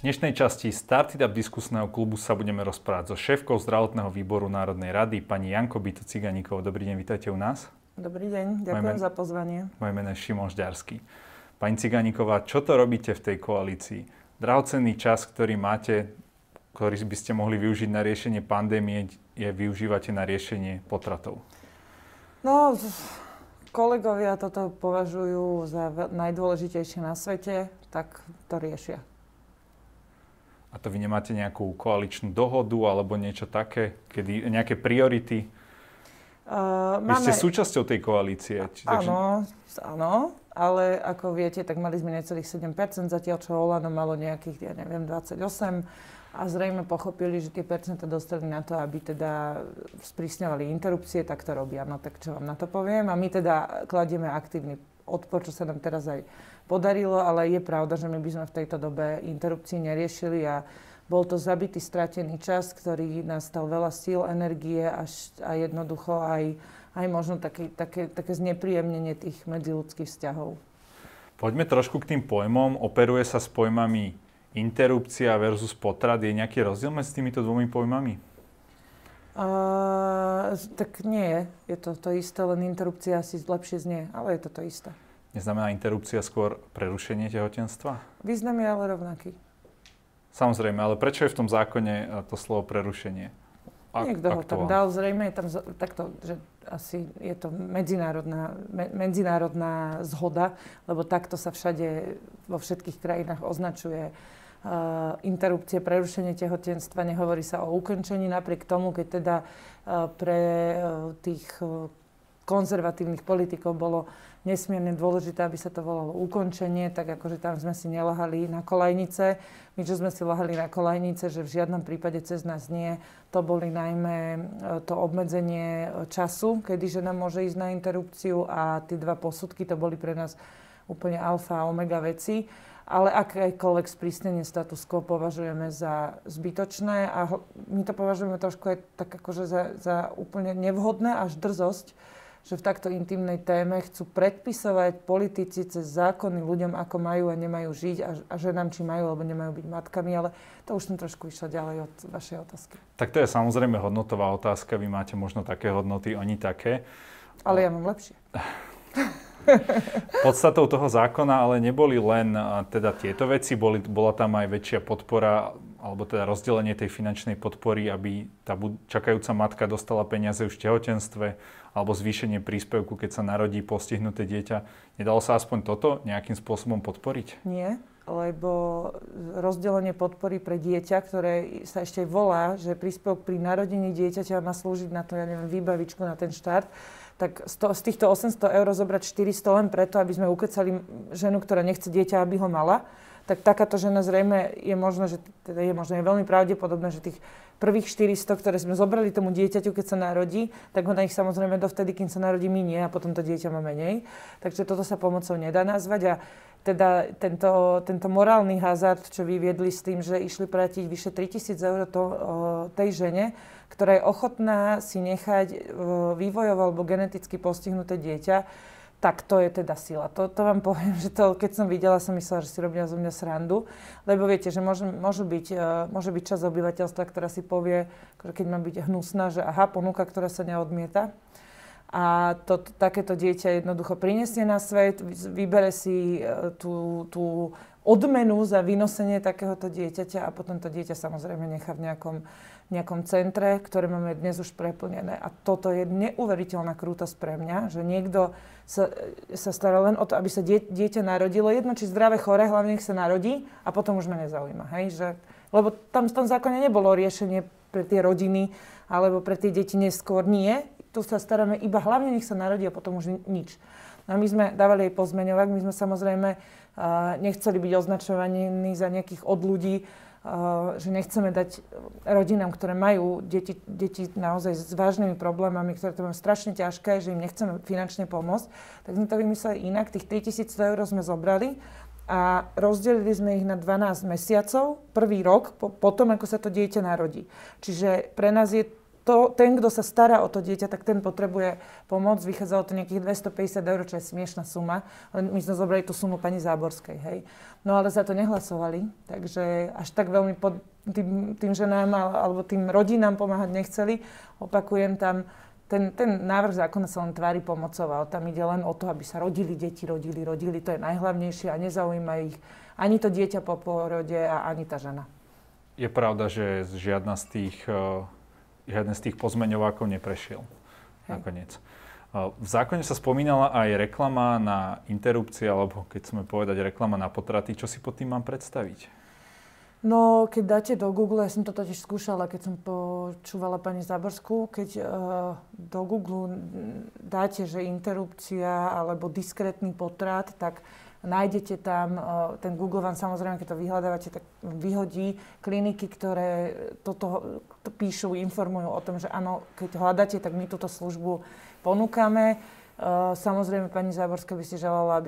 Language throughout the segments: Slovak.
dnešnej časti Startup diskusného klubu sa budeme rozprávať so šéfkou zdravotného výboru Národnej rady, pani Jankou Bito-Ciganíkovou. Dobrý deň, vítajte u nás. Dobrý deň, ďakujem za pozvanie. Moje meno je Šimon Žďarský. Pani Ciganíková, čo to robíte v tej koalícii? Drahocenný čas, ktorý máte, ktorý by ste mohli využiť na riešenie pandémie, využívate na riešenie potratov? No, kolegovia toto považujú za najdôležitejšie na svete, tak to riešia. A to vy nemáte nejakú koaličnú dohodu alebo niečo také, kedy nejaké priority? Vy ste súčasťou tej koalície. Áno, ale ako viete, tak mali sme necelých 7%, zatiaľ čo Olano malo nejakých, 28%. A zrejme pochopili, že tie percentá dostali na to, aby teda sprísňovali interrupcie, tak to robia. No tak čo vám na to poviem? A my teda kladieme aktívny odpor, čo sa nám teraz aj podarilo, ale je pravda, že my by sme v tejto dobe interrupcií neriešili a bol to zabitý, stratený čas, ktorý nás stal veľa síl, energie a jednoducho aj možno také znepríjemnenie tých medziľudských vzťahov. Poďme trošku k tým pojmom. Operuje sa s pojmami interrupcia versus potrat. Je nejaký rozdiel medzi týmito dvomi pojmami? Tak nie je. Je to isté, len interrupcia asi lepšie znie, ale je to isté. Neznamená interrupcia skôr prerušenie tehotenstva? Význam je ale rovnaký. Samozrejme, ale prečo je v tom zákone to slovo prerušenie? Niekto ho tam dal, zrejme je tam takto, že asi je to medzinárodná zhoda, lebo takto sa všade vo všetkých krajinách označuje interrupcie, prerušenie tehotenstva. Nehovorí sa o ukončení, napriek tomu, keď teda pre tých konzervatívnych politikov bolo nesmierne dôležité, aby sa to volalo ukončenie, tak akože tam sme si nelahali na kolajnice. My, čo sme si lahali na kolajnice, že v žiadnom prípade cez nás nie, to boli najmä to obmedzenie času, kedy žena môže ísť na interrupciu a tie dva posudky, to boli pre nás úplne alfa a omega veci. Ale akékoľvek sprísnenie status quo považujeme za zbytočné a my to považujeme trošku aj tak akože za úplne nevhodné až drzosť, že v takto intimnej téme chcú predpisovať politici cez zákony ľuďom, ako majú a nemajú žiť a ženám, či majú alebo nemajú byť matkami, ale to už som trošku išla ďalej od vašej otázky. Tak to je samozrejme hodnotová otázka, vy máte možno také hodnoty, oni také. Ale ja mám lepšie. Podstatou toho zákona ale neboli len teda tieto veci, bola tam aj väčšia podpora alebo teda rozdelenie tej finančnej podpory, aby tá čakajúca matka dostala peniaze už v tehotenstve alebo zvýšenie príspevku, keď sa narodí postihnuté dieťa. Nedalo sa aspoň toto nejakým spôsobom podporiť? Nie, lebo rozdelenie podpory pre dieťa, ktoré sa ešte volá, že príspevok pri narodení dieťaťa má slúžiť na to, výbavičku na ten štart, tak z týchto 800 eur zobrať 400 len preto, aby sme ukecali ženu, ktorá nechce dieťa, aby ho mala, tak takáto žena zrejme je veľmi pravdepodobné, že tých prvých 400, ktoré sme zobrali tomu dieťaťu, keď sa narodí, tak ona ich samozrejme dovtedy, kým sa narodí, minie a potom to dieťa má menej. Takže toto sa pomocou nedá nazvať a teda tento morálny hazard, čo vyviedli s tým, že išli platiť vyše 3000 eur tej žene, ktorá je ochotná si nechať vývojovo alebo geneticky postihnuté dieťa, tak to je teda sila. To vám poviem, že to, keď som videla, som myslela, že si robia zo mňa srandu. Lebo viete, že môže byť časť obyvateľstva, ktorá si povie, keď má byť hnusná, že aha, ponuka, ktorá sa neodmieta. A takéto dieťa jednoducho prinesie na svet, vybere si tú odmenu za vynosenie takéhoto dieťaťa a potom to dieťa samozrejme nechá v nejakom centre, ktoré máme dnes už preplnené. A toto je neuveriteľná krútosť pre mňa, že niekto sa stará len o to, aby sa dieťa narodilo. Jedno, či zdravé, choré, hlavne nech sa narodí a potom už ma nezaujíma. Lebo tam v tom zákone nebolo riešenie pre tie rodiny alebo pre tie deti neskôr. Nie. Tu sa staráme iba hlavne nech sa narodí a potom už nič. A my sme dávali aj pozmeňovák, my sme samozrejme nechceli byť označovaní za nejakých odľudí, že nechceme dať rodinám, ktoré majú deti naozaj s vážnymi problémami, ktoré to majú strašne ťažké, že im nechceme finančne pomôcť, tak sme to vymysleli inak. Tých 3100 eur sme zobrali a rozdelili sme ich na 12 mesiacov, prvý rok, potom ako sa to dieťa narodí. Čiže pre nás je ten, kto sa stará o to dieťa, tak ten potrebuje pomoc. Vychádzalo to nejakých 250 eur, čo je smiešná suma. Len my sme zobrali tú sumu pani Záborskej, hej. No ale za to nehlasovali, takže až tak veľmi tým ženám alebo tým rodinám pomáhať nechceli. Opakujem, tam ten návrh zákona sa len tvári pomocoval. Tam ide len o to, aby sa rodili deti, rodili. To je najhlavnejšie a nezaujíma ich ani to dieťa po pôrode a ani tá žena. Je pravda, že žiaden z tých pozmeňovákov neprešiel nakoniec. V zákone sa spomínala aj reklama na interrupcie, alebo keď sme povedať reklama na potraty. Čo si pod tým mám predstaviť? No, keď dáte do Google, ja som to totiž skúšala, keď som počúvala pani Záborskú, keď do Google dáte, že interrupcia alebo diskrétny potrat, tak nájdete tam, ten Google vám samozrejme, keď to vyhľadávate, tak vyhodí kliniky, ktoré toto píšu, informujú o tom, že áno, keď hľadáte, tak my túto službu ponúkame. Samozrejme, pani Záborská by si želala,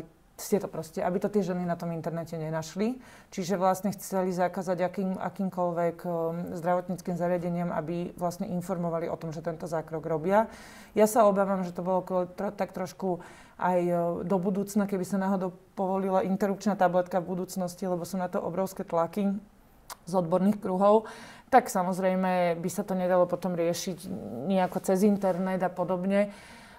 aby to tie ženy na tom internete nenašli. Čiže vlastne chceli zakázať akýmkoľvek zdravotníckym zariadeniam, aby vlastne informovali o tom, že tento zákrok robia. Ja sa obávam, že to bolo tak trošku aj do budúcna, keby sa náhodou povolila interrupčná tabletka v budúcnosti, lebo sú na to obrovské tlaky z odborných kruhov, tak samozrejme by sa to nedalo potom riešiť nejako cez internet a podobne.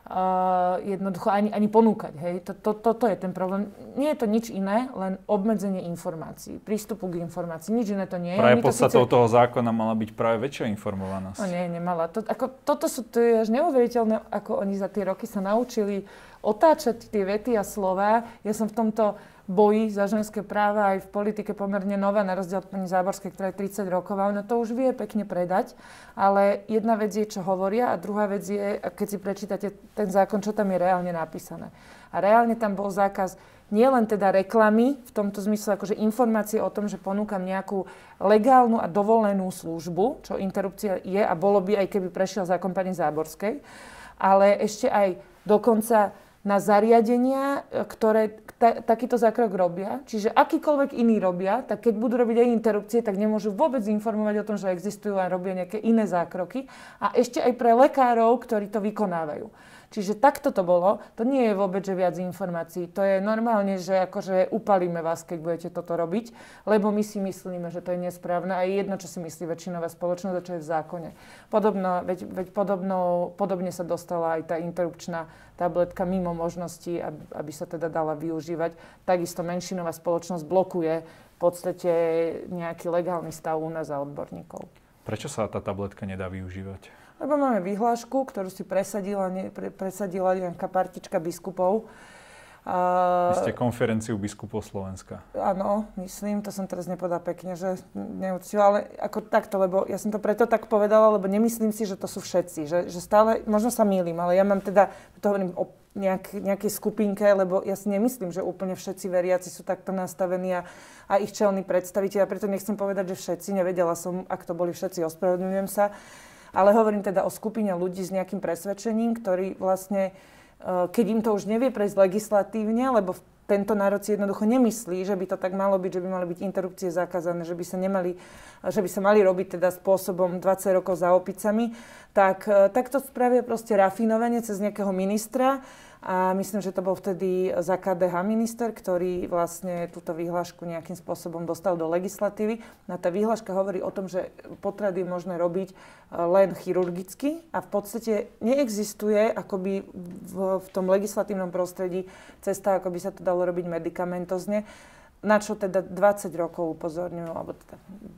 Jednoducho ani ponúkať. Hej. Toto je ten problém. Nie je to nič iné, len obmedzenie informácií, prístupu k informácii. Nič iné to nie je. Práve podstatou toho zákona mala byť práve väčšia informovanosť. No nie, nemala. To je až neuveriteľné, ako oni za tie roky sa naučili otáčať tie vety a slová. Ja som v tomto boji za ženské práva aj v politike pomerne nová, na rozdiel od pani Záborskej, ktorá je 30 rokov, ona to už vie pekne predať, ale jedna vec je, čo hovoria, a druhá vec je, keď si prečítate ten zákon, čo tam je reálne napísané. A reálne tam bol zákaz nielen teda reklamy, v tomto zmysle akože informácie o tom, že ponúkam nejakú legálnu a dovolenú službu, čo interrupcia je a bolo by, aj keby prešiel zákon pani Záborskej, ale ešte aj dokonca na zariadenia, ktoré takýto zákrok robia. Čiže akýkoľvek iní robia, tak keď budú robiť aj interrupcie, tak nemôžu vôbec informovať o tom, že existujú a robia nejaké iné zákroky. A ešte aj pre lekárov, ktorí to vykonávajú. Čiže takto to bolo. To nie je vôbec, že viac informácií. To je normálne, že akože upalíme vás, keď budete toto robiť, lebo my si myslíme, že to je nesprávne a je jedno, čo si myslí väčšinová spoločnosť a čo je v zákone. Podobne sa dostala aj tá interrupčná tabletka mimo možnosti, aby sa teda dala využívať. Takisto menšinová spoločnosť blokuje v podstate nejaký legálny stav u nás za odborníkov. Prečo sa tá tabletka nedá využívať? Lebo máme vyhlášku, ktorú si presadila nejaká partička biskupov. Vy ste konferenciu biskupov Slovenska. Áno, myslím, to som teraz nepovedala pekne, že neúctivo, ale ako takto, lebo ja som to preto tak povedala, lebo nemyslím si, že to sú všetci, že stále, možno sa mýlim, ale ja mám teda, to hovorím o nejakej skupinke, lebo ja si nemyslím, že úplne všetci veriaci sú takto nastavení a ich čelní predstavitelia, preto nechcem povedať, že všetci, nevedela som, ak to boli všetci, ospravedlňujem sa. Ale hovorím teda o skupine ľudí s nejakým presvedčením, ktorí vlastne, keď im to už nevie prejsť legislatívne, lebo tento národ si jednoducho nemyslí, že by to tak malo byť, že by mali byť interrupcie zakázané, že by sa mali robiť teda spôsobom 20 rokov za opicami, tak to spravia proste rafinovanie cez nejakého ministra. A myslím, že to bol vtedy za KDH minister, ktorý vlastne túto vyhlášku nejakým spôsobom dostal do legislatívy. A tá vyhláška hovorí o tom, že potrat je možné robiť len chirurgicky a v podstate neexistuje akoby v tom legislatívnom prostredí cesta, ako by sa to dalo robiť medikamentozne, na čo teda 20 rokov upozorňujú, alebo teda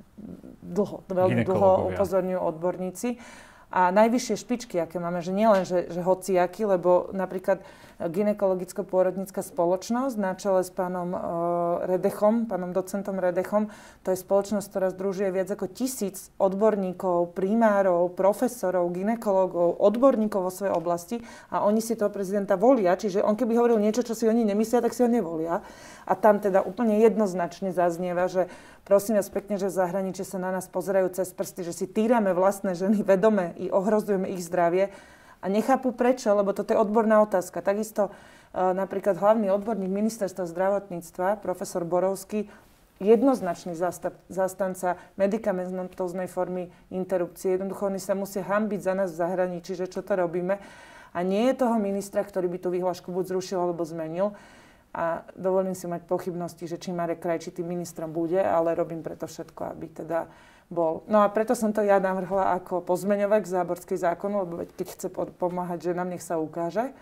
veľmi dlho upozorňujú odborníci. A najvyššie špičky, aké máme, že nielen, že hociaky, lebo napríklad gynekologicko-pôrodnícka spoločnosť na čele s pánom Redechom, pánom docentom Redechom, to je spoločnosť, ktorá združuje viac ako 1000 odborníkov, primárov, profesorov, gynekológov, odborníkov vo svojej oblasti a oni si toho prezidenta volia, čiže on keby hovoril niečo, čo si oni nemyslia, tak si ho nevolia. A tam teda úplne jednoznačne zaznieva, že prosím vás pekne, že v zahraničí sa na nás pozerajú cez prsty, že si týrame vlastné ženy vedome i ohrozujeme ich zdravie a nechápu prečo, lebo toto je odborná otázka. Takisto napríklad hlavný odborník ministerstva zdravotníctva, profesor Borovský, jednoznačný zástanca medikamentóznej formy interrupcie. Jednoducho oni sa musia hanbiť za nás v zahraničí, že čo to robíme. A nie je toho ministra, ktorý by tú vyhlášku buď zrušil alebo zmenil. A dovolím si mať pochybnosti, že či Marek Krajčí tým ministrom bude, ale robím preto všetko, aby teda bol. No a preto som to ja navrhla ako pozmeňovák k záborskej zákonu, lebo keď chce pomáhať ženám, nech sa ukáže.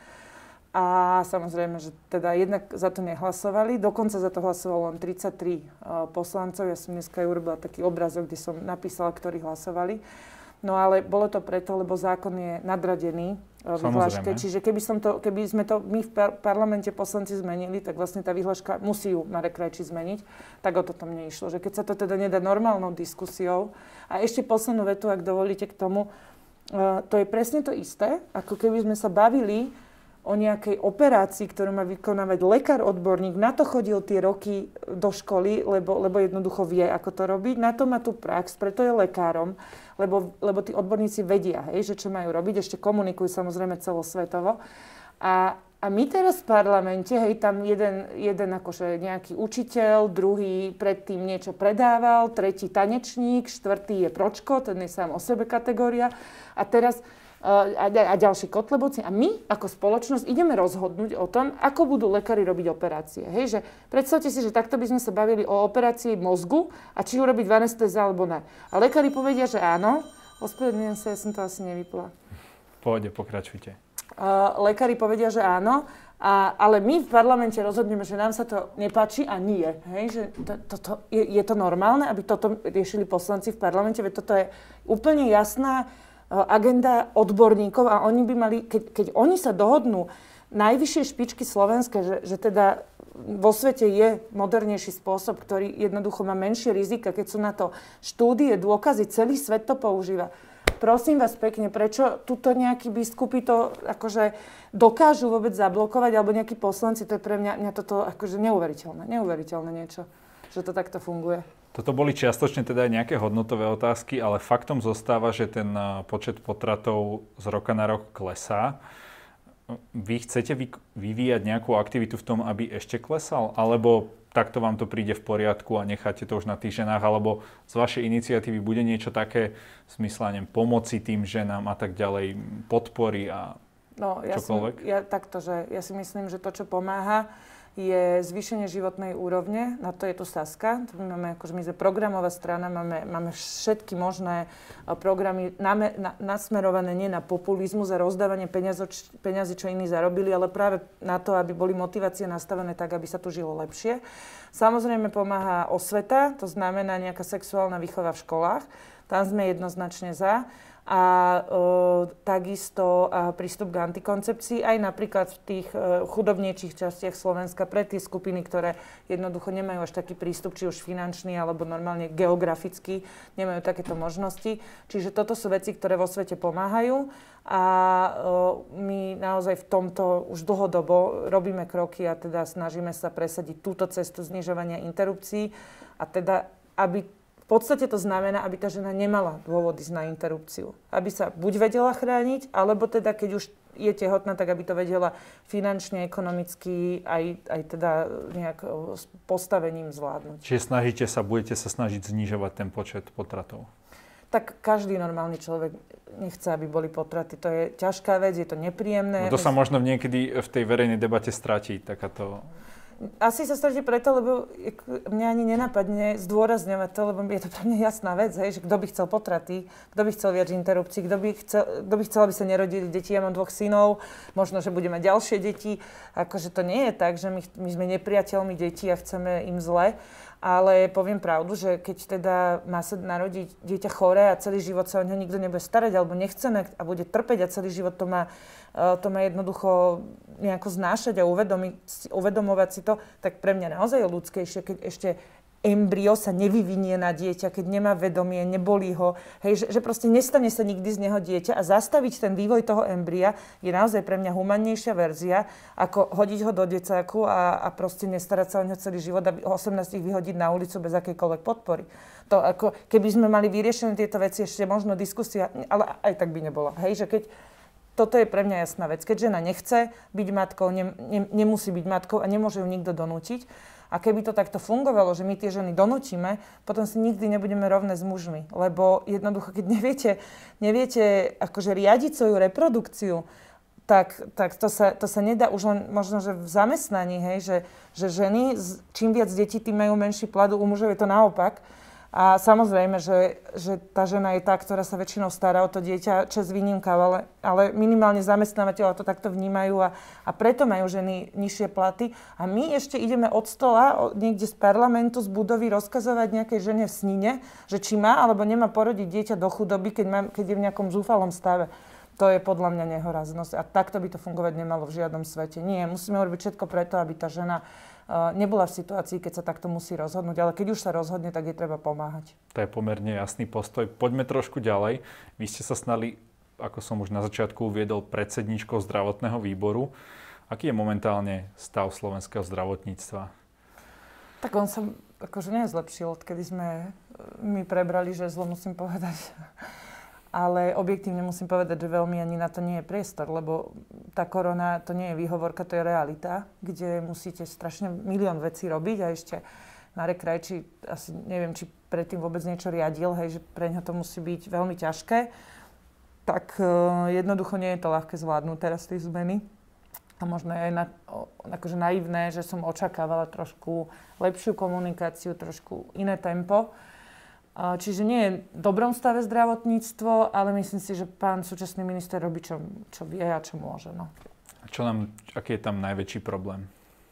A samozrejme, že teda jednak za to nehlasovali. Dokonca za to hlasovalo len 33 poslancov. Ja som dneska urobila taký obrázok, kde som napísala, ktorí hlasovali. No ale bolo to preto, lebo zákon je nadradený vyhláške. Čiže keby sme to my v parlamente poslanci zmenili, tak vlastne tá vyhláška musí ju Marek Krajčí zmeniť. Tak o to tam neišlo. Že keď sa to teda nedá normálnou diskusiou. A ešte poslednú vetu, ak dovolíte k tomu, to je presne to isté, ako keby sme sa bavili o nejakej operácii, ktorú má vykonávať lekár, odborník. Na to chodil tie roky do školy, lebo jednoducho vie, ako to robiť. Na to má tú prax, preto je lekárom, lebo tí odborníci vedia, že čo majú robiť. Ešte komunikujú samozrejme celosvetovo. A my teraz v parlamente, tam jeden akože nejaký učiteľ, druhý predtým niečo predával, tretí tanečník, štvrtý je pročko, ten je sám o sebe kategória. A teraz a ďalší kotlebovci. A my ako spoločnosť ideme rozhodnúť o tom, ako budú lekári robiť operácie. Že predstavte si, že takto by sme sa bavili o operácii mozgu a či urobiť anestéza alebo ne. A lekári povedia, že áno. Ospravedlňujem sa, ja som to asi nevypla. Pohode, pokračujte. Lekári povedia, že áno. Ale my v parlamente rozhodneme, že nám sa to nepáči a nie. Že je to normálne, aby toto riešili poslanci v parlamente? Veď toto je úplne jasná agenda odborníkov a oni by mali, keď oni sa dohodnú, najvyššie špičky Slovenska, že teda vo svete je modernejší spôsob, ktorý jednoducho má menšie rizika, keď sú na to štúdie, dôkazy, celý svet to používa. Prosím vás pekne, prečo tuto nejakí biskupy to akože dokážu vôbec zablokovať, alebo nejakí poslanci, to je pre mňa toto akože neuveriteľné niečo, že to takto funguje. Toto boli čiastočne teda aj nejaké hodnotové otázky, ale faktom zostáva, že ten počet potratov z roka na rok klesá. Vy chcete vyvíjať nejakú aktivitu v tom, aby ešte klesal? Alebo takto vám to príde v poriadku a necháte to už na tých ženách? Alebo z vašej iniciatívy bude niečo také v zmysle pomoci tým ženám a tak ďalej, podpory a čokoľvek? Ja si myslím, že to, čo pomáha, je zvýšenie životnej úrovne. Na to je tu Saska. My sme programová strana, máme všetky možné programy nasmerované nie na populizmus a rozdávanie peňazí, čo iní zarobili, ale práve na to, aby boli motivácie nastavené tak, aby sa tu žilo lepšie. Samozrejme pomáha osveta, to znamená nejaká sexuálna výchova v školách. Tam sme jednoznačne za. A takisto prístup k antikoncepcii aj napríklad v tých chudobnejších častiach Slovenska pre tie skupiny, ktoré jednoducho nemajú až taký prístup, či už finančný alebo normálne geograficky, nemajú takéto možnosti. Čiže toto sú veci, ktoré vo svete pomáhajú a my naozaj v tomto už dlhodobo robíme kroky a teda snažíme sa presadiť túto cestu znižovania interrupcií a teda, aby v podstate to znamená, aby tá žena nemala dôvod ísť na interrupciu. Aby sa buď vedela chrániť, alebo teda, keď už je tehotná, tak aby to vedela finančne, ekonomicky, aj teda nejak postavením zvládnuť. Čiže budete sa snažiť znižovať ten počet potratov? Tak každý normálny človek nechce, aby boli potraty. To je ťažká vec, je to nepríjemné. No to sa možno niekedy v tej verejnej debate stratí, takáto... Asi sa stretí preto, lebo mňa ani nenapadne zdôrazňovať to, lebo je to pre mňa jasná vec, že kto by chcel potraty, kto by chcel viac interrupcií, kto by chcel, aby sa nerodili deti. Ja mám 2 synov, možno, že budeme mať ďalšie deti. Akože to nie je tak, že my sme nepriateľmi detí a chceme im zle. Ale poviem pravdu, že keď teda má sa narodiť dieťa choré a celý život sa o ňo nikto nebude starať alebo nechce a bude trpeť a celý život to má jednoducho nejako znášať a uvedomovať si to, tak pre mňa naozaj je ľudskejšie, keď ešte embryo sa nevyvinie na dieťa, keď nemá vedomie, nebolí ho, že proste nestane sa nikdy z neho dieťa a zastaviť ten vývoj toho embria je naozaj pre mňa humannejšia verzia, ako hodiť ho do decáku a proste nestarať sa o ňo celý život a 18 vyhodiť na ulicu bez akejkoľvek podpory. To ako, keby sme mali vyriešené tieto veci, ešte možno diskusia, ale aj tak by nebola. Že keď toto je pre mňa jasná vec. Keď žena nechce byť matkou, nemusí byť matkou a nemôže ju nikto donútiť. A keby to takto fungovalo, že my tie ženy donútime, potom si nikdy nebudeme rovné s mužmi. Lebo jednoducho, keď neviete akože riadiť svoju reprodukciu, tak to sa nedá už len možno, že v zamestnaní, hej, že ženy, čím viac detí, tým majú menší plat, u mužov je to naopak. A samozrejme, že tá žena je tá, ktorá sa väčšinou stará o to dieťa, čas výnimka, ale minimálne zamestnávateľa to takto vnímajú a preto majú ženy nižšie platy. A my ešte ideme od stola, niekde z parlamentu, z budovy rozkazovať nejakej žene v snine, že či má alebo nemá porodiť dieťa do chudoby, keď je v nejakom zúfalom stave. To je podľa mňa nehoraznosť. A takto by to fungovať nemalo v žiadnom svete. Nie, musíme urobiť všetko preto, aby tá žena nebola v situácii, keď sa takto musí rozhodnúť, ale keď už sa rozhodne, tak jej treba pomáhať. To je pomerne jasný postoj. Poďme trošku ďalej. Vy ste sa stali, ako som už na začiatku uviedol, predsedníčkou zdravotného výboru. Aký je momentálne stav slovenského zdravotníctva? Tak on sa akože nezlepšil, odkedy sme my prebrali žezlo, musím povedať. Ale objektívne musím povedať, že veľmi ani na to nie je priestor, lebo tá korona to nie je výhovorka, to je realita, kde musíte strašne milión vecí robiť a ešte Marek Krajčí, asi neviem, či predtým vôbec niečo riadil, hej, že pre ňa to musí byť veľmi ťažké. Tak jednoducho nie je to ľahké zvládnuť teraz tie zmeny. A možno je aj akože naivné, že som očakávala trošku lepšiu komunikáciu, trošku iné tempo. Čiže nie je v dobrom stave zdravotníctvo, ale myslím si, že pán súčasný minister robí, čo vie a čo môže. No. Aký je tam najväčší problém?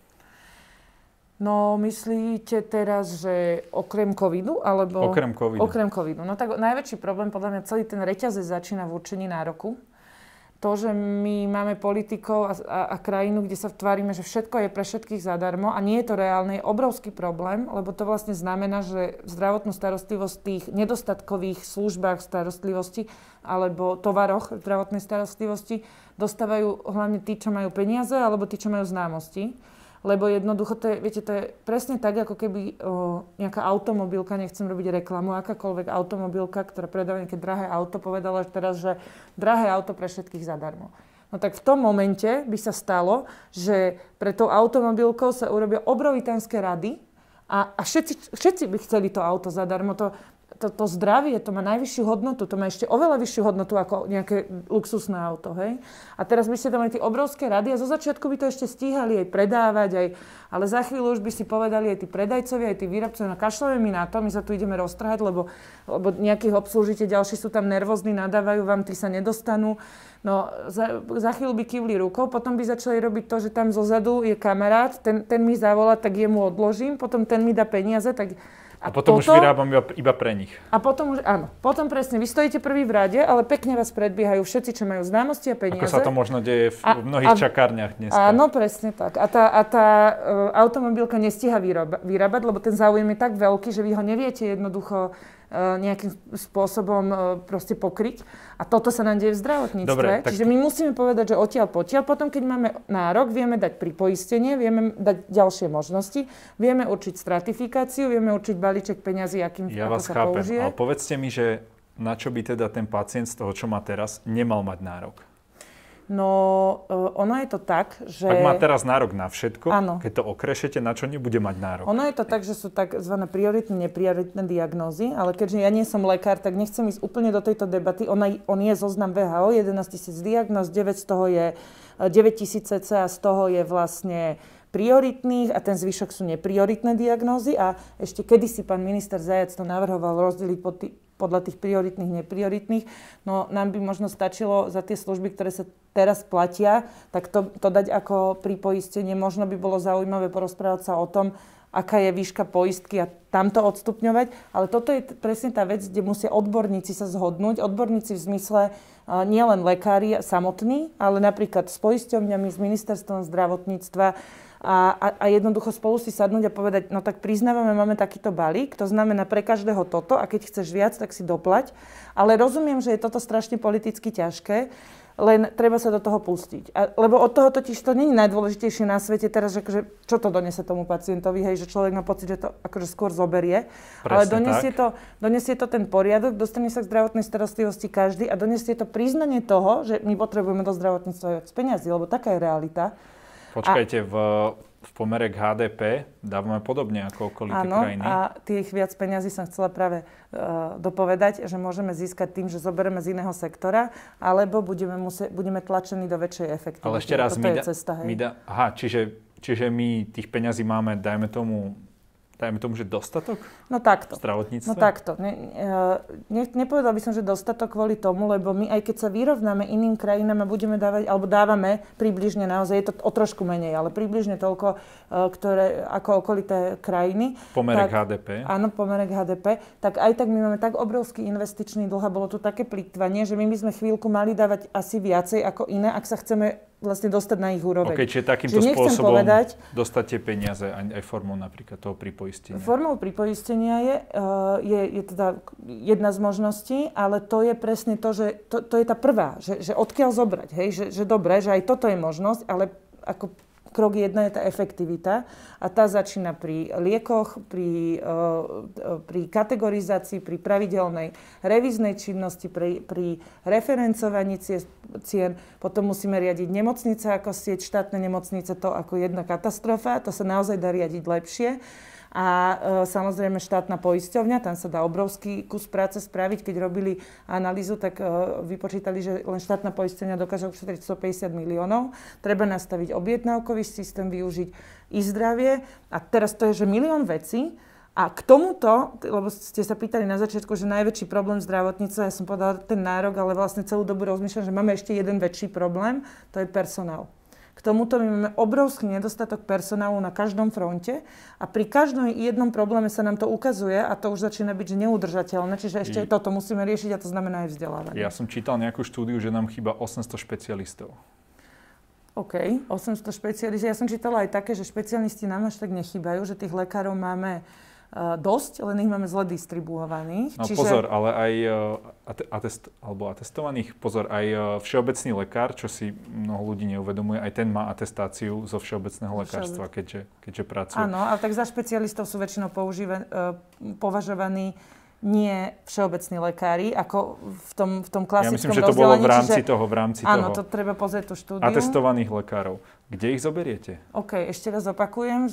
No, myslíte teraz, že okrem covidu? Alebo... Okrem covidu. Okrem covidu. No tak najväčší problém, podľa mňa, celý ten reťazec začína v určení nároku. To, že my máme politikov a krajinu, kde sa tvárime, že všetko je pre všetkých zadarmo a nie je to reálne, je obrovský problém, lebo to vlastne znamená, že zdravotnú starostlivosť v tých nedostatkových službách starostlivosti alebo tovaroch zdravotnej starostlivosti dostávajú hlavne tí, čo majú peniaze alebo tí, čo majú známosti. Lebo jednoducho, to je presne tak, ako keby nejaká automobilka, nechcem robiť reklamu, akákoľvek automobilka, ktorá predáva nejaké drahé auto, povedala teraz, že drahé auto pre všetkých zadarmo. No tak v tom momente by sa stalo, že pre tou automobilkou sa urobia obrovitánske rady a všetci by chceli to auto zadarmo. To zdravie, to má najvyššiu hodnotu, to má ešte oveľa vyššiu hodnotu ako nejaké luxusné auto, hej? A teraz by ste tam mali tie obrovské rady a zo začiatku by to ešte stíhali aj predávať, ale za chvíľu už by si povedali aj tí predajcovia, aj tí výrobcovia, no kašľame mi na to, my sa tu ideme roztrhať, lebo nejakých obslúžite, ďalší sú tam nervózni, nadávajú vám, tí sa nedostanú. No, za chvíľu by kývli rukou, potom by začali robiť to, že tam zozadu je kamarát, ten mi zavolá, tak jemu odložím, potom ten mi dá peniaze, tak... A potom už vyrábam iba pre nich. A potom už, áno, potom presne, vy stojíte prvý v rade, ale pekne vás predbiehajú všetci, čo majú známosti a peniaze. Ako sa to možno deje v mnohých čakárniach dneska. Áno, presne tak. A tá automobilka nestíha vyrábať, lebo ten záujem je tak veľký, že vy ho neviete jednoducho nejakým spôsobom proste pokryť. A toto sa nám deje v zdravotníctve. Dobre, čiže my musíme povedať, že odtiaľ potiaľ. Potom, keď máme nárok, vieme dať pripoistenie, vieme dať ďalšie možnosti, vieme určiť stratifikáciu, vieme určiť balíček peňazí, ako sa použije. Ale povedzte mi, že na čo by teda ten pacient z toho, čo má teraz, nemal mať nárok? No, ono je to tak, že... Ak má teraz nárok na všetko, áno. Keď to okrešete, na čo nebude mať nárok? Ono je to tak, že sú tzv. Prioritné, neprioritné diagnózy, ale keďže ja nie som lekár, tak nechcem ísť úplne do tejto debaty. On je zoznam VHO, 11 000 diagnóz, 9 z toho je 9 000 cca, z toho je vlastne prioritných a ten zvyšok sú neprioritné diagnózy a ešte kedysi pán minister Zajac to navrhoval rozdeliť podľa tých prioritných, neprioritných. No nám by možno stačilo za tie služby, ktoré sa teraz platia, tak to dať ako pripoistenie. Možno by bolo zaujímavé porozprávať sa o tom, aká je výška poistky a tam to odstupňovať. Ale toto je presne tá vec, kde musia odborníci sa zhodnúť. Odborníci v zmysle nielen lekári samotní, ale napríklad s poisťovňami, s ministerstvom zdravotníctva, a jednoducho spolu si sadnúť a povedať, no tak priznávame, máme takýto balík, to znamená pre každého toto a keď chceš viac, tak si doplať. Ale rozumiem, že je toto strašne politicky ťažké, len treba sa do toho pustiť. Lebo od toho totiž to nie je najdôležitejšie na svete teraz, že čo to donese tomu pacientovi, hej, že človek má pocit, že to akože skôr zoberie. Presne ale donesie to ten poriadok, dostane sa k zdravotnej starostlivosti každý a donesie to priznanie toho, že my potrebujeme do zdravotníctva viac peniazy, lebo taká je realita. Počkajte, v pomere k HDP dávame podobne ako okolité krajiny. Áno, a tých viac peňazí som chcela práve dopovedať, že môžeme získať tým, že zoberieme z iného sektora, alebo budeme tlačení do väčšej efektivity. Ale ešte raz, čiže my tých peňazí máme, dajme tomu, že dostatok? No takto. V zdravotníctve? No takto. Nepovedal by som, že dostatok kvôli tomu, lebo my aj keď sa vyrovnáme iným krajinám a budeme dávať, alebo dávame približne naozaj, je to o trošku menej, ale približne toľko, ako okolité krajiny. Pomerek HDP. Áno, pomerek HDP. Tak aj tak my máme tak obrovský investičný dlh a bolo tu také plytvanie, že my by sme chvíľku mali dávať asi viacej ako iné, ak sa chceme vlastne dostať na ich úroveň. OK, čiže takýmto spôsobom dostať tie peniaze aj formou napríklad toho pripoistenia. Formou pripoistenia je teda jedna z možností, ale to je presne to, že to je tá prvá, že odkiaľ zobrať, hej, že dobre, že aj toto je možnosť, ale ako krok 1 je tá efektivita a tá začína pri liekoch, pri kategorizácii, pri pravidelnej revíznej činnosti, pri referencovaní cien. Potom musíme riadiť nemocnice ako sieť, štátne nemocnice to ako jedna katastrofa, to sa naozaj dá riadiť lepšie. A samozrejme štátna poisťovňa, tam sa dá obrovský kus práce spraviť. Keď robili analýzu, tak vypočítali, že len štátna poisťovňa dokáže ušetriť 150 miliónov. Treba nastaviť objednávkový systém, využiť e-zdravie. A teraz to je, že milión vecí. A k tomuto, lebo ste sa pýtali na začiatku, že najväčší problém zdravotníctva, ja som povedala ten nárok, ale vlastne celú dobu rozmýšľam, že máme ešte jeden väčší problém, to je personál. K tomuto my máme obrovský nedostatok personálu na každom fronte a pri každom jednom probléme sa nám to ukazuje a to už začína byť že neudržateľné, čiže ešte toto musíme riešiť a to znamená aj vzdelávanie. Ja som čítal nejakú štúdiu, že nám chýba 800 špecialistov. OK, 800 špecialistov. Ja som čítala aj také, že špecialisti nám až tak nechýbajú, že tých lekárov máme dosť, len ich máme zle distribuovaných. No pozor, ale aj atestovaných, pozor, aj všeobecný lekár, čo si mnoho ľudí neuvedomuje, aj ten má atestáciu zo všeobecného lekárstva, keďže pracuje. Áno, ale tak za špecialistov sú väčšinou považovaní nie všeobecní lekári, ako v tom klasickom rozdelení. Ja myslím, že to bolo v rámci toho. Áno, to treba pozrieť tú štúdiu. Atestovaných lekárov. Kde ich zoberiete? OK, ešte raz opakujem.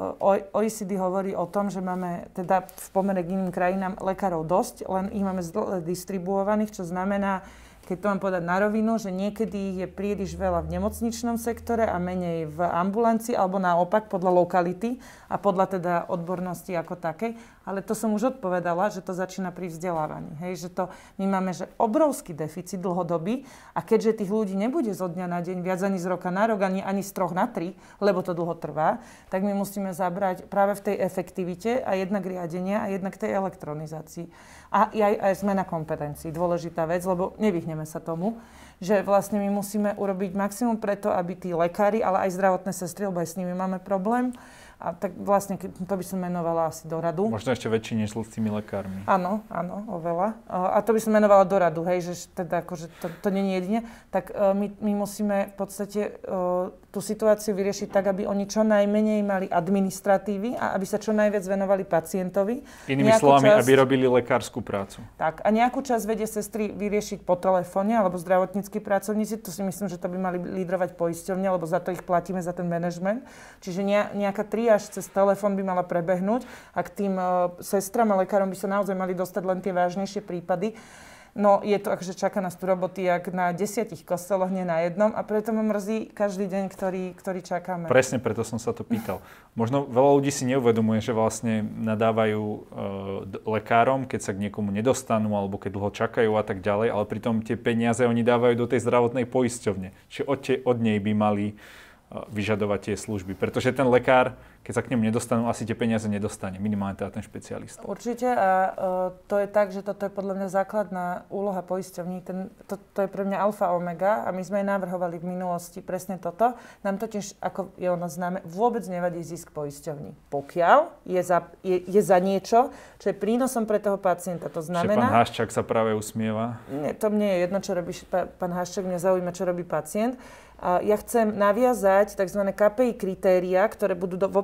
OECD hovorí o tom, že máme teda v pomere k iným krajinám lekárov dosť, len ich máme zle distribuovaných, čo znamená, keď to mám povedať na rovinu, že niekedy je príliš veľa v nemocničnom sektore a menej v ambulancii, alebo naopak podľa lokality a podľa teda odbornosti ako takej. Ale to som už odpovedala, že to začína pri vzdelávaní. Hej, že to my máme že obrovský deficit dlhodobý a keďže tých ľudí nebude zo dňa na deň viac ani z roka na rok, ani z 3 na 3, lebo to dlho trvá, tak my musíme zabrať práve v tej efektivite a jednak riadenia a jednak tej elektronizácii. A aj zmena kompetencií, dôležitá vec, lebo nevyhneme sa tomu, že vlastne my musíme urobiť maximum preto, aby tí lekári, ale aj zdravotné sestry, lebo aj s nimi máme problém, a tak vlastne to by som menovala asi doradu. Možno ešte väčší než s tými lekármi. Áno, oveľa. A to by som menovala doradu, hej, že teda akože to nie je jedine. Tak my musíme v podstate tú situáciu vyriešiť tak, aby oni čo najmenej mali administratívy a aby sa čo najviac venovali pacientovi. Inými slovami, aby robili lekárskú prácu. Tak, a nejakú časť vedie sestry vyriešiť po telefóne, alebo zdravotníckí pracovníci, to si myslím, že to by mali lídrovať poisťovne, lebo za to ich platíme, za ten manažment. Čiže nejaká triáž cez telefón by mala prebehnúť a k tým sestram a lekárom by sa naozaj mali dostať len tie vážnejšie prípady. No je to akože čaká nás tu roboty jak na 10 kostoloch, nie na jednom a preto ma mrzí každý deň, ktorý čakáme. Presne preto som sa to pýtal. Možno veľa ľudí si neuvedomuje, že vlastne nadávajú lekárom, keď sa k niekomu nedostanú alebo keď dlho čakajú a tak ďalej, ale pritom tie peniaze oni dávajú do tej zdravotnej poisťovne. Čiže od nej by mali vyžadovať tie služby. Pretože ten lekár, keď sa k nemu nedostanú, asi tie peniaze nedostane. Minimálne teda ten špecialista. Určite a to je tak, že toto je podľa mňa základná úloha poisťovní. To je pre mňa alfa omega a my sme aj navrhovali v minulosti presne toto. Nám totiž, ako je ono známe, vôbec nevadí zisk poisťovní. Pokiaľ je za niečo, čo je prínosom pre toho pacienta. To znamená... Pán Haščák sa práve usmieva. Nie, to mne je jedno, čo robí pán Haščák, mňa zaujíma, čo robí pacient. Ja chcem naviazať tzv. KPI kritériá, ktoré budú vopred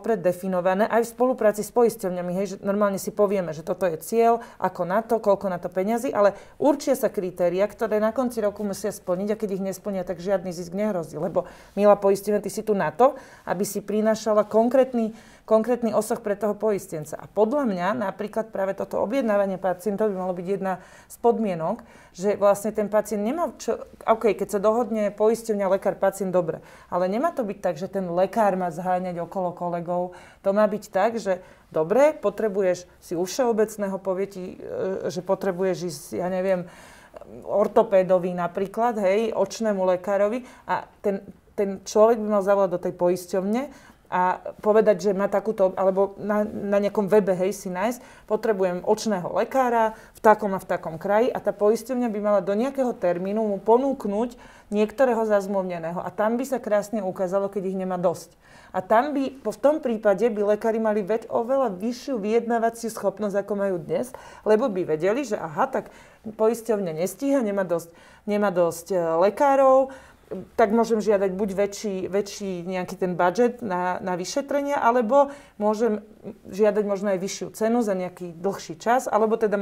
vopred definované aj v spolupráci s poisťovňami, hej, že normálne si povieme, že toto je cieľ, ako na to, koľko na to peňazí, ale určia sa kritéria, ktoré na konci roku musia splniť a keď ich nesplnia, tak žiadny zisk nehrozí. Lebo, milá poisťovňa, ty si tu na to, aby si prinášala konkrétny osoh pre toho poistenca. A podľa mňa napríklad práve toto objednávanie pacientov by malo byť jedna z podmienok, že vlastne ten pacient nemá čo... OK, keď sa dohodne poisťovňa, lekár, pacient, dobre. Ale nemá to byť tak, že ten lekár má zháňať okolo kolegov. To má byť tak, že dobre, potrebuješ si u všeobecného, povie ti, že potrebuješ ísť, ja neviem, ortopédovi napríklad, hej, očnému lekárovi a ten človek by mal zavolať do tej poisťovne a povedať, že má takúto, alebo na nejakom webe, hej, si nájsť, potrebujem očného lekára v takom a v takom kraji a tá poisťovňa by mala do nejakého termínu mu ponúknuť niektorého zazmluvneného. A tam by sa krásne ukázalo, keď ich nemá dosť. A tam by, v tom prípade by lekári mali oveľa vyššiu vyjednávaciu schopnosť, ako majú dnes, lebo by vedeli, že aha, tak poisťovňa nestíha, nemá dosť lekárov, tak môžem žiadať buď väčší nejaký ten budget na vyšetrenia, alebo môžem žiadať možno aj vyššiu cenu za nejaký dlhší čas, alebo teda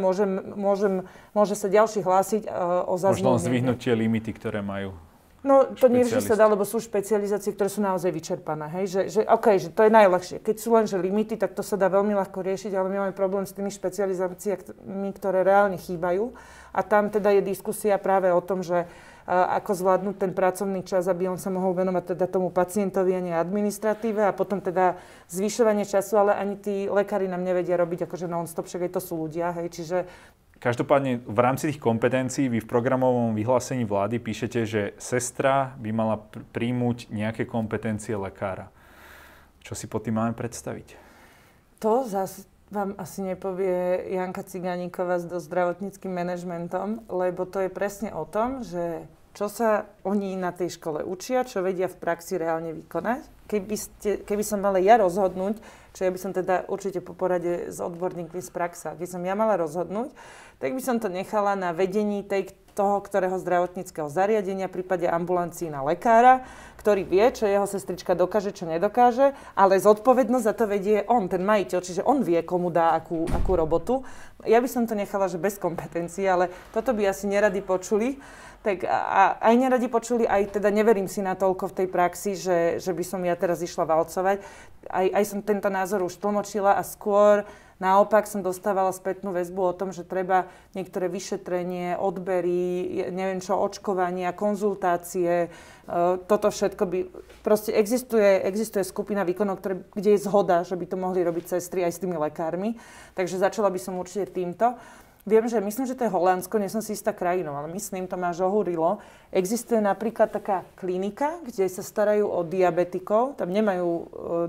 môže sa ďalší hlásiť o zazmluvnenie. Možno zdvihnuť tie limity, ktoré majú. No to nie vždy sa dá, lebo sú špecializácie, ktoré sú naozaj vyčerpané. Hej? Že to je najľahšie. Keď sú len že limity, tak to sa dá veľmi ľahko riešiť, ale my máme problém s tými špecializáciami, ktoré reálne chýbajú. A tam teda je diskusia práve o tom, že ako zvládnuť ten pracovný čas, aby on sa mohol venovať teda tomu pacientovi a nie administratíve a potom teda zvyšovanie času, ale ani tí lekári nám nevedia robiť akože non-stop, však aj to sú ľudia, hej, čiže... Každopádne v rámci tých kompetencií vy v programovom vyhlásení vlády píšete, že sestra by mala príjmuť nejaké kompetencie lekára. Čo si pod tým máme predstaviť? To zase vám asi nepovie Janka Cigániková so zdravotníckym manažmentom, lebo to je presne o tom, že čo sa oni na tej škole učia, čo vedia v praxi reálne vykonať. Keby som mala ja rozhodnúť, čo ja by som teda určite po porade s odborníkmi z praxe, keď som ja mala rozhodnúť, tak by som to nechala na vedení toho, ktorého zdravotníckeho zariadenia, v prípade ambulancií na lekára, ktorý vie, čo jeho sestrička dokáže, čo nedokáže, ale zodpovednosť za to vedie on, ten majiteľ, čiže on vie, komu dá akú robotu. Ja by som to nechala, že bez kompetencií, ale toto by asi neradi počuli. Tak a aj neradi počuli, aj teda neverím si natoľko v tej praxi, že by som ja teraz išla valcovať. Aj som tento názor už tlmočila a skôr naopak som dostávala spätnú väzbu o tom, že treba niektoré vyšetrenie, odbery, neviem čo, očkovania, konzultácie, toto všetko by... Proste existuje skupina výkonov, kde je zhoda, že by to mohli robiť sestry aj s tými lekármi. Takže začala by som určite týmto. Myslím, že to je Holandsko, nie som si istá krajinou, ale myslím, to máš ohúrilo. Existuje napríklad taká klinika, kde sa starajú o diabetikov. Tam nemajú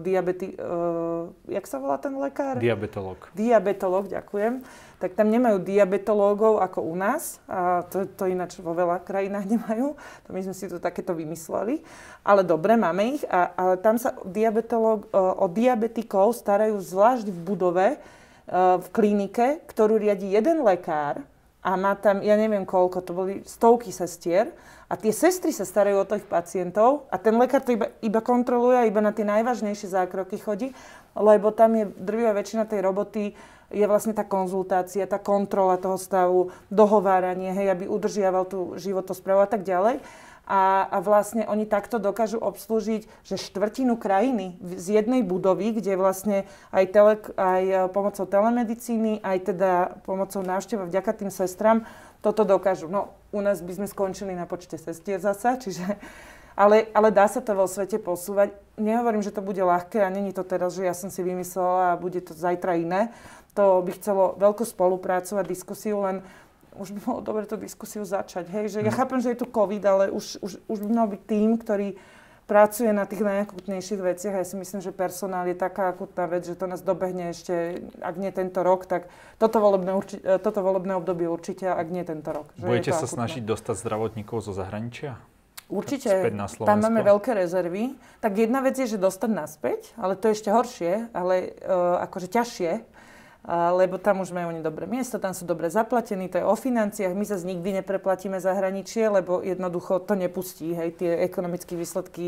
jak sa volá ten lekár? Diabetológ, ďakujem. Tak tam nemajú diabetológov ako u nás. A to ináč vo veľa krajinách nemajú. To my sme si to takéto vymysleli. Ale dobre, máme ich. Ale tam sa o diabetikov starajú zvlášť v budove, v klinike, ktorú riadi jeden lekár a má tam, ja neviem koľko, to boli stovky sestier a tie sestry sa starajú o tých pacientov a ten lekár to iba kontroluje a iba na tie najvážnejšie zákroky chodí, lebo tam je drvivá väčšina tej roboty, je vlastne tá konzultácia, tá kontrola toho stavu, dohováranie, hej, aby udržiaval tú životosprávu a tak ďalej. A vlastne oni takto dokážu obslúžiť, že štvrtinu krajiny z jednej budovy, kde vlastne aj pomocou telemedicíny, aj teda pomocou návšteva vďaka tým sestram, toto dokážu. No, u nás by sme skončili na počte sestier zasa, čiže... Ale dá sa to vo svete posúvať. Nehovorím, že to bude ľahké a není to teraz, že ja som si vymyslela a bude to zajtra iné. To by chcelo veľkú spoluprácu a diskusiu, len už by bolo dobre tú diskusiu začať. Hej? Že ja chápem, že je tu COVID, ale už by mal byť tým, ktorý pracuje na tých najakutnejších veciach. Ja si myslím, že personál je taká akutná vec, že to nás dobehne ešte, ak nie tento rok, tak toto volebné obdobie určite, ak nie tento rok. Budete sa snažiť dostať zdravotníkov zo zahraničia? Určite, tam máme veľké rezervy. Tak jedna vec je, že dostať naspäť, ale to je ešte horšie, ale akože ťažšie, lebo tam už majú oni dobré miesto, tam sú dobre zaplatení, to je o financiách. My sa nikdy nepreplatíme zahraničie, lebo jednoducho to nepustí, hej, tie ekonomické výsledky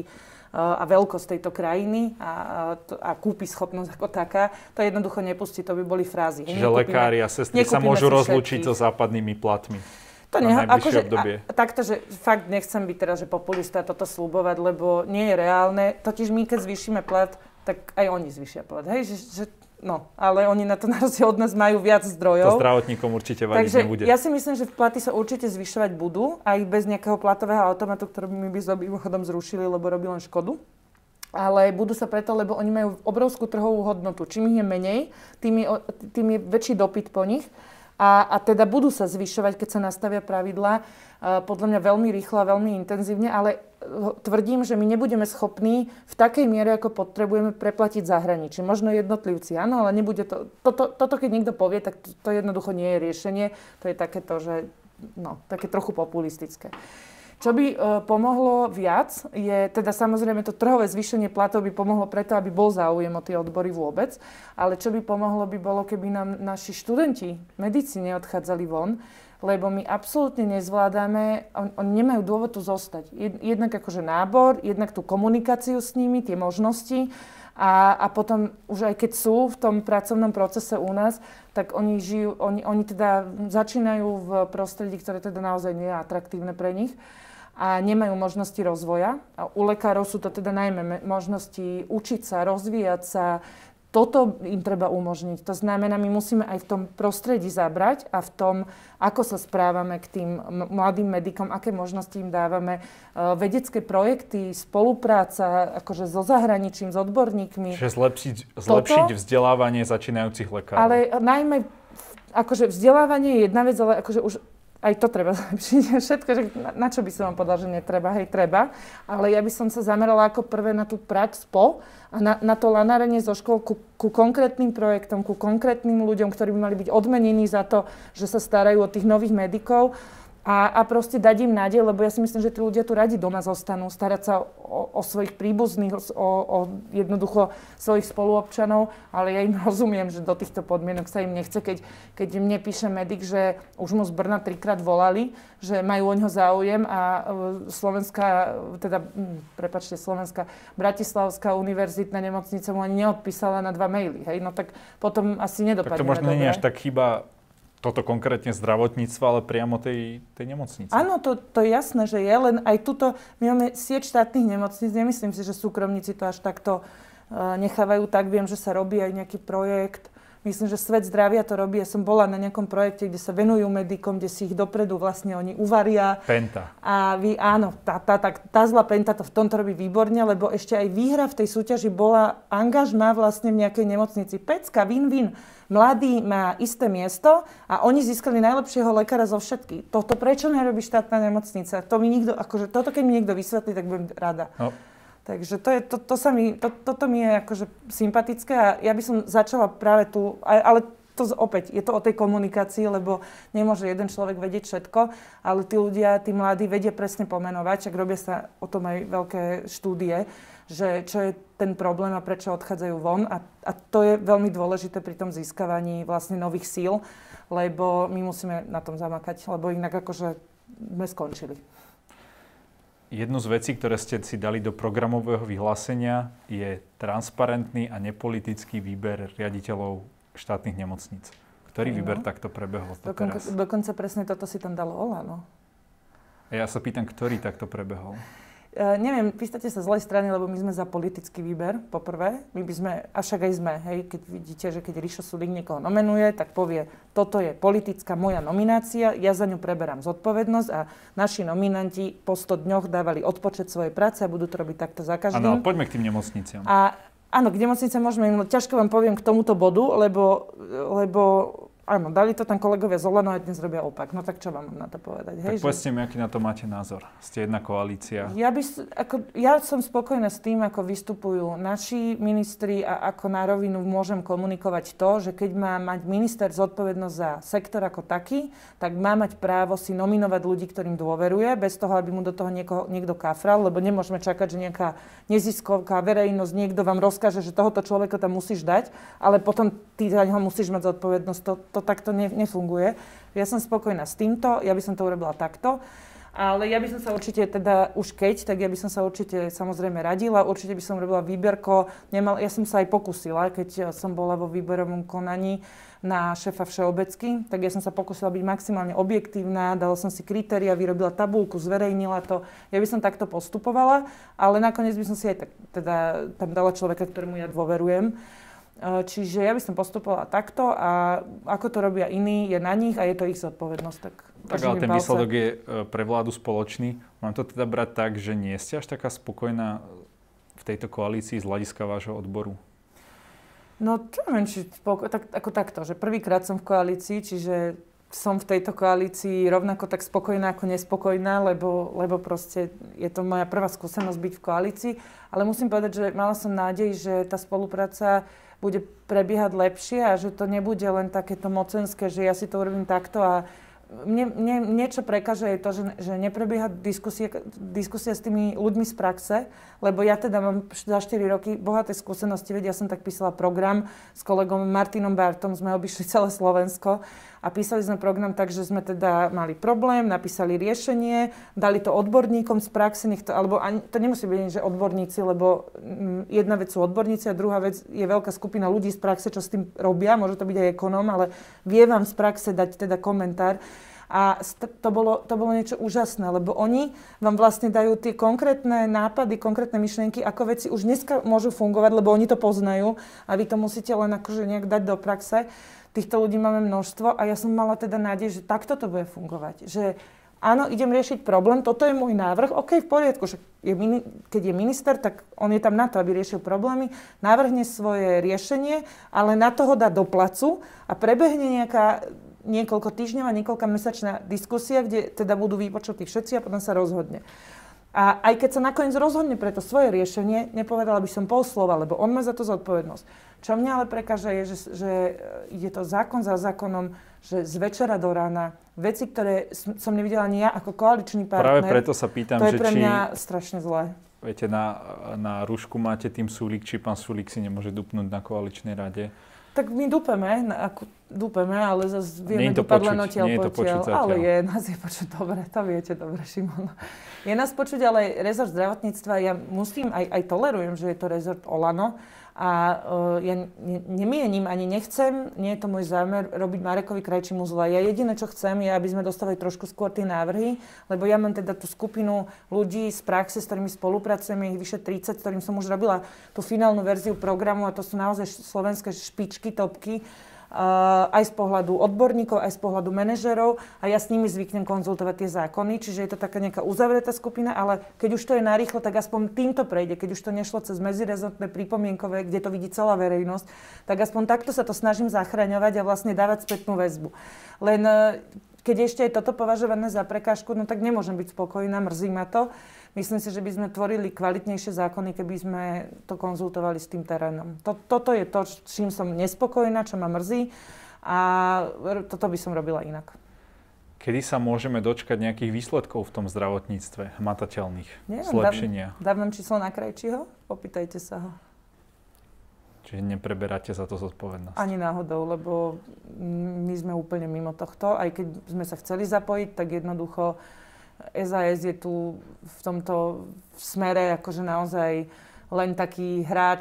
a veľkosť tejto krajiny a kúpi schopnosť ako taká, to jednoducho nepustí, to by boli frázy. Čiže lekári a sestry sa môžu rozlúčiť so západnými platmi. To na najbližšie obdobie. Takto, že fakt nechcem byť teraz, že populista toto sľubovať, lebo nie je reálne. Totiž my, keď zvýšime plat, tak aj oni zvýšia plat. Hej, no, ale oni na to na rozdiel od nás majú viac zdrojov. To zdravotníkom určite vadiť nebude. Ja si myslím, že platy sa určite zvyšovať budú, aj bez nejakého platového automatu, ktorý my by mimochodom zrušili, lebo robí len škodu. Ale budú sa preto, lebo oni majú obrovskú trhovú hodnotu. Čím ich je menej, tým je väčší dopyt po nich. A teda budú sa zvyšovať, keď sa nastavia pravidlá, podľa mňa veľmi rýchlo a veľmi intenzívne, ale tvrdím, že my nebudeme schopní v takej miere, ako potrebujeme, preplatiť zahraničí. Možno jednotlivci, áno, ale nebude to. Toto keď niekto povie, tak to jednoducho nie je riešenie. To je takéto, že také trochu populistické. Čo by pomohlo viac, je teda samozrejme to trhové zvýšenie platov by pomohlo preto, aby bol záujem o tie odbory vôbec, ale čo by pomohlo by bolo, keby nám naši študenti medici neodchádzali von, lebo my absolútne nezvládame, oni nemajú dôvod tu zostať. Jednak akože nábor, jednak tú komunikáciu s nimi, tie možnosti a potom už aj keď sú v tom pracovnom procese u nás, tak oni žijú, oni teda začínajú v prostredí, ktoré teda naozaj nie je atraktívne pre nich a nemajú možnosti rozvoja. A u lekárov sú to teda najmä možnosti učiť sa, rozvíjať sa. Toto im treba umožniť. To znamená, my musíme aj v tom prostredí zabrať a v tom, ako sa správame k tým mladým medikom, aké možnosti im dávame, vedecké projekty, spolupráca akože so zahraničím, s odborníkmi. Čiže zlepšiť vzdelávanie začínajúcich lekárov. Ale najmä akože vzdelávanie je jedna vec, ale akože už aj to treba zlepšiť. Všetko, že na čo by som vám povedal, že netreba, hej, treba. Ale ja by som sa zamerala ako prvé na tú prax a na to lanárenie zo škôl ku konkrétnym projektom, ku konkrétnym ľuďom, ktorí by mali byť odmenení za to, že sa starajú o tých nových medikov. A proste dať im nádej, lebo ja si myslím, že tí ľudia tu radi doma zostanú, starať sa o svojich príbuzných, o jednoducho svojich spoluobčanov, ale ja im rozumiem, že do týchto podmienok sa im nechce, keď mne píše medic, že už mu z Brna 3-krát volali, že majú o ňo záujem a Bratislavská univerzitná nemocnica mu ani neodpísala na 2 maily, hej, no tak potom asi nedopadne. Tak to možno nie je až tak chyba toto konkrétne zdravotníctva, ale priamo tej nemocnice. Áno, to je jasné, že je, len aj tuto, my máme sieť štátnych nemocníc, nemyslím si, že súkromníci to až takto nechávajú tak, viem, že sa robí aj nejaký projekt, myslím, že Svet zdravia to robí, ja som bola na nejakom projekte, kde sa venujú medikom, kde si ich dopredu vlastne oni uvaria. Penta. A áno, tá zlá Penta to v tomto robí výborne, lebo ešte aj výhra v tej súťaži bola angažma vlastne v nejakej nemocnici. Pecka, win-win. Mladý má isté miesto a oni získali najlepšieho lekára zo všetkých. Toto prečo nerobí štátna nemocnica? Toto keď mi niekto vysvetlí, tak budem rada. No. Takže toto mi je akože sympatické a ja by som začala práve tu, ale to opäť, je to o tej komunikácii, lebo nemôže jeden človek vedieť všetko, ale tí ľudia, tí mladí vedia presne pomenovať, čak robia sa o tom aj veľké štúdie, že čo je ten problém a prečo odchádzajú von a to je veľmi dôležité pri tom získavaní vlastne nových síl, lebo my musíme na tom zamakať, lebo inak akože sme skončili. Jednu z vecí, ktoré ste si dali do programového vyhlásenia, je transparentný a nepolitický výber riaditeľov štátnych nemocníc. Ktorý výber takto prebehol doteraz? Dokonca presne toto si tam dalo Olano. A ja sa pýtam, ktorý takto prebehol? Neviem, pýtate sa zlej strany, lebo my sme za politický výber, poprvé. My by sme, a však aj sme, hej, keď vidíte, že keď Rišo Sulík niekoho nomenuje, tak povie, toto je politická moja nominácia, ja za ňu preberám zodpovednosť a naši nominanti po 100 dňoch dávali odpočet svojej práce a budú to robiť takto za každým. Áno, poďme k tým nemocniciam. Áno, k nemocnice môžeme, ťažko vám poviem k tomuto bodu, lebo áno, dali to tam kolegovia z Olano a dnes robia opak. No tak čo vám mám na to povedať? Tak povedzte mi, aký na to máte názor. Ste jedna koalícia. Ja som spokojná s tým, ako vystupujú naši ministri a ako na rovinu môžem komunikovať to, že keď má mať minister zodpovednosť za sektor ako taký, tak má mať právo si nominovať ľudí, ktorým dôveruje, bez toho, aby mu do toho niekto kafral, lebo nemôžeme čakať, že nejaká neziskovka, verejnosť, niekto vám rozkáže, že tohoto človeka tam musíš dať, ale potom ty za neho musíš mať zodpovednosť. To takto nefunguje. Ja som spokojná s týmto, ja by som to urobila takto. Ale ja by som sa určite teda, už keď, tak ja by som sa určite samozrejme radila, určite by som robila výberko. Ja som sa aj pokusila, keď som bola vo výberovom konaní na šéfa všeobecky, tak ja som sa pokusila byť maximálne objektívna, dala som si kritéria, vyrobila tabuľku, zverejnila to. Ja by som takto postupovala, ale nakoniec by som si aj teda tam dala človeka, ktorému ja dôverujem. Čiže ja by som postupovala takto a ako to robia iní, je na nich a je to ich zodpovednosť. Tak ale ten výsledok je pre vládu spoločný. Mám to teda brať tak, že nie ste až taká spokojná v tejto koalícii z hľadiska vášho odboru? No, čo neviem, ako takto, že prvýkrát som v koalícii, čiže som v tejto koalícii rovnako tak spokojná ako nespokojná, lebo proste je to moja prvá skúsenosť byť v koalícii. Ale musím povedať, že mala som nádej, že tá spolupráca bude prebiehať lepšie a že to nebude len takéto mocenské, že ja si to urobím takto a mne niečo prekáže je to, že neprebieha diskusia s tými ľuďmi z praxe, lebo ja teda mám za 4 roky bohaté skúsenosti, veď ja som tak písala program s kolegom Martinom Bartom, sme obišli celé Slovensko a písali sme program tak, že sme teda mali problém, napísali riešenie, dali to odborníkom z praxe, alebo ani, to nemusí byť, že odborníci, lebo jedna vec sú odborníci a druhá vec je veľká skupina ľudí z praxe, čo s tým robia, môže to byť aj ekonóm, ale vie vám z praxe dať teda komentár. A to bolo niečo úžasné, lebo oni vám vlastne dajú tie konkrétne nápady, konkrétne myšlienky, ako veci už dneska môžu fungovať, lebo oni to poznajú a vy to musíte len akože nejak dať do praxe. Týchto ľudí máme množstvo a ja som mala teda nádej, že takto to bude fungovať. Že áno, idem riešiť problém, toto je môj návrh, OK, v poriadku, že keď je minister, tak on je tam na to, aby riešil problémy, navrhne svoje riešenie, ale na toho dá do placu a prebehne niekoľko týždňová, niekoľkomesačná diskusia, kde teda budú vypočutí všetci a potom sa rozhodne. A aj keď sa nakoniec rozhodne pre to svoje riešenie, nepovedala by som pol slova, lebo on má za to zodpovednosť. Čo mňa ale prekáža je, že je to zákon za zákonom, že z večera do rána veci, ktoré som nevidela ani ja ako koaličný partner. Práve preto sa pýtam, to je pre mňa strašne zlé. Viete, na rúšku máte tým Sulík, či pán Sulík si nemôže dupnúť na koaličnej rade? Tak my dúpeme, ale zase vieme dúpať len odtiaľ. Ale nás je počuť dobre, to viete dobre, Šimon. Je nás počuť, ale rezort zdravotníctva, ja musím, aj tolerujem, že je to rezort Olano a ja nemienim ani nechcem, nie je to môj zámer robiť Marekovi Krajčímu zle. Ja jediné, čo chcem, je, aby sme dostali trošku skôr tie návrhy, lebo ja mám teda tú skupinu ľudí z praxe, s ktorými spolupracujeme, ich vyše 30, s ktorým som už robila tú finálnu verziu programu a to sú naozaj slovenské špičky, topky, aj z pohľadu odborníkov, aj z pohľadu manažerov a ja s nimi zvyknem konzultovať tie zákony, čiže je to taká nejaká uzavretá skupina, ale keď už to je narýchlo, tak aspoň týmto prejde, keď už to nešlo cez medzirezortné pripomienkové, kde to vidí celá verejnosť, tak aspoň takto sa to snažím zachraňovať a vlastne dávať spätnú väzbu. Len keď ešte je toto považované za prekážku, no tak nemôžem byť spokojná, mrzí ma to. Myslím si, že by sme tvorili kvalitnejšie zákony, keby sme to konzultovali s tým terénom. Toto je to, s čím som nespokojná, čo ma mrzí a toto by som robila inak. Kedy sa môžeme dočkať nejakých výsledkov v tom zdravotníctve, hmatateľných, zlepšenia? Dám vám číslo na Krajčího? Opýtajte sa ho. Čiže nepreberáte za to zodpovednosť? Ani náhodou, lebo my sme úplne mimo tohto. Aj keď sme sa chceli zapojiť, tak jednoducho SAS je tu v tomto smere akože naozaj len taký hráč,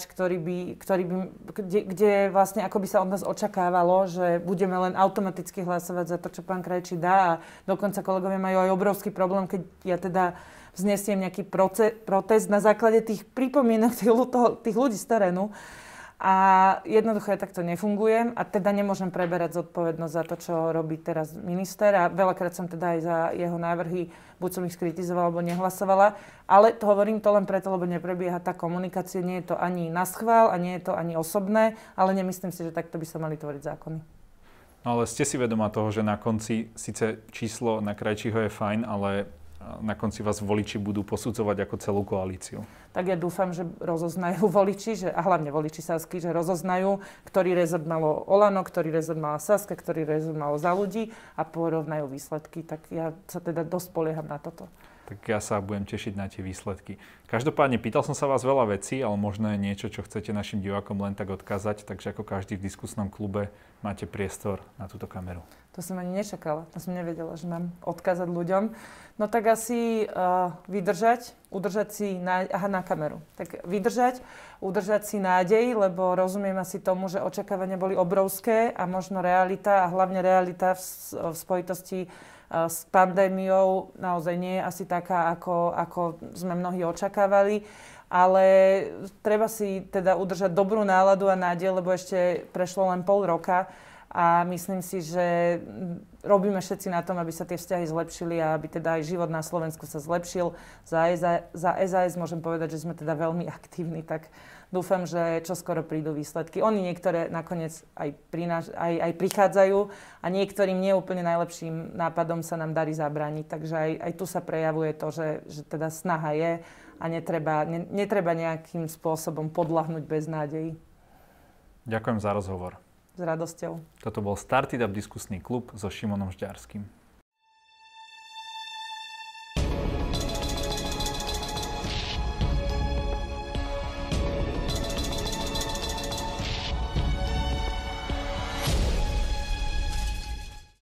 kde vlastne ako by sa od nás očakávalo, že budeme len automaticky hlasovať za to, čo pán Krajčí dá a dokonca kolegovia majú aj obrovský problém, keď ja teda vznesiem nejaký protest na základe tých pripomienok tých ľudí z terénu. A jednoducho ja takto nefungujem a teda nemôžem preberať zodpovednosť za to, čo robí teraz minister a veľakrát som teda aj za jeho návrhy, buď som ich skritizovala, alebo nehlasovala, ale to hovorím to len preto, lebo neprebieha tá komunikácia, nie je to ani naschvál a nie je to ani osobné, ale nemyslím si, že takto by sa mali tvoriť zákony. No ale ste si vedomá toho, že na konci síce číslo na Krajčího je fajn, ale na konci vás voliči budú posudzovať ako celú koalíciu. Tak ja dúfam, že rozoznajú voliči, a hlavne voliči Sasky, že rozoznajú, ktorý rezort malo Olano, ktorý rezort mala Saska, ktorý rezort malo Za ľudí a porovnajú výsledky. Tak ja sa teda dosť spolieham na toto. Tak ja sa budem tešiť na tie výsledky. Každopádne pýtal som sa vás veľa vecí, ale možno je niečo, čo chcete našim divákom len tak odkázať, takže ako každý v diskusnom klube máte priestor na túto kameru. To som ani nečakala, to som nevedela, že mám odkázať ľuďom. No tak asi vydržať, udržať si na kameru. Tak vydržať, udržať si nádej, lebo rozumiem asi tomu, že očakávania boli obrovské a možno realita a hlavne realita v spojitosti s pandémiou naozaj nie je asi taká, ako sme mnohí očakávali, ale treba si teda udržať dobrú náladu a nádej, lebo ešte prešlo len pol roka a myslím si, že robíme všetci na tom, aby sa tie vzťahy zlepšili a aby teda aj život na Slovensku sa zlepšil. Za SAS môžem povedať, že sme teda veľmi aktívni, tak dúfam, že čoskoro prídu výsledky. Oni niektoré nakoniec aj prichádzajú a niektorým neúplne najlepším nápadom sa nám darí zabrániť. Takže aj tu sa prejavuje to, že teda snaha je a netreba nejakým spôsobom podľahnúť bez nádejí. Ďakujem za rozhovor. S radosťou. Toto bol Startup diskusný klub so Šimonom Žďarským.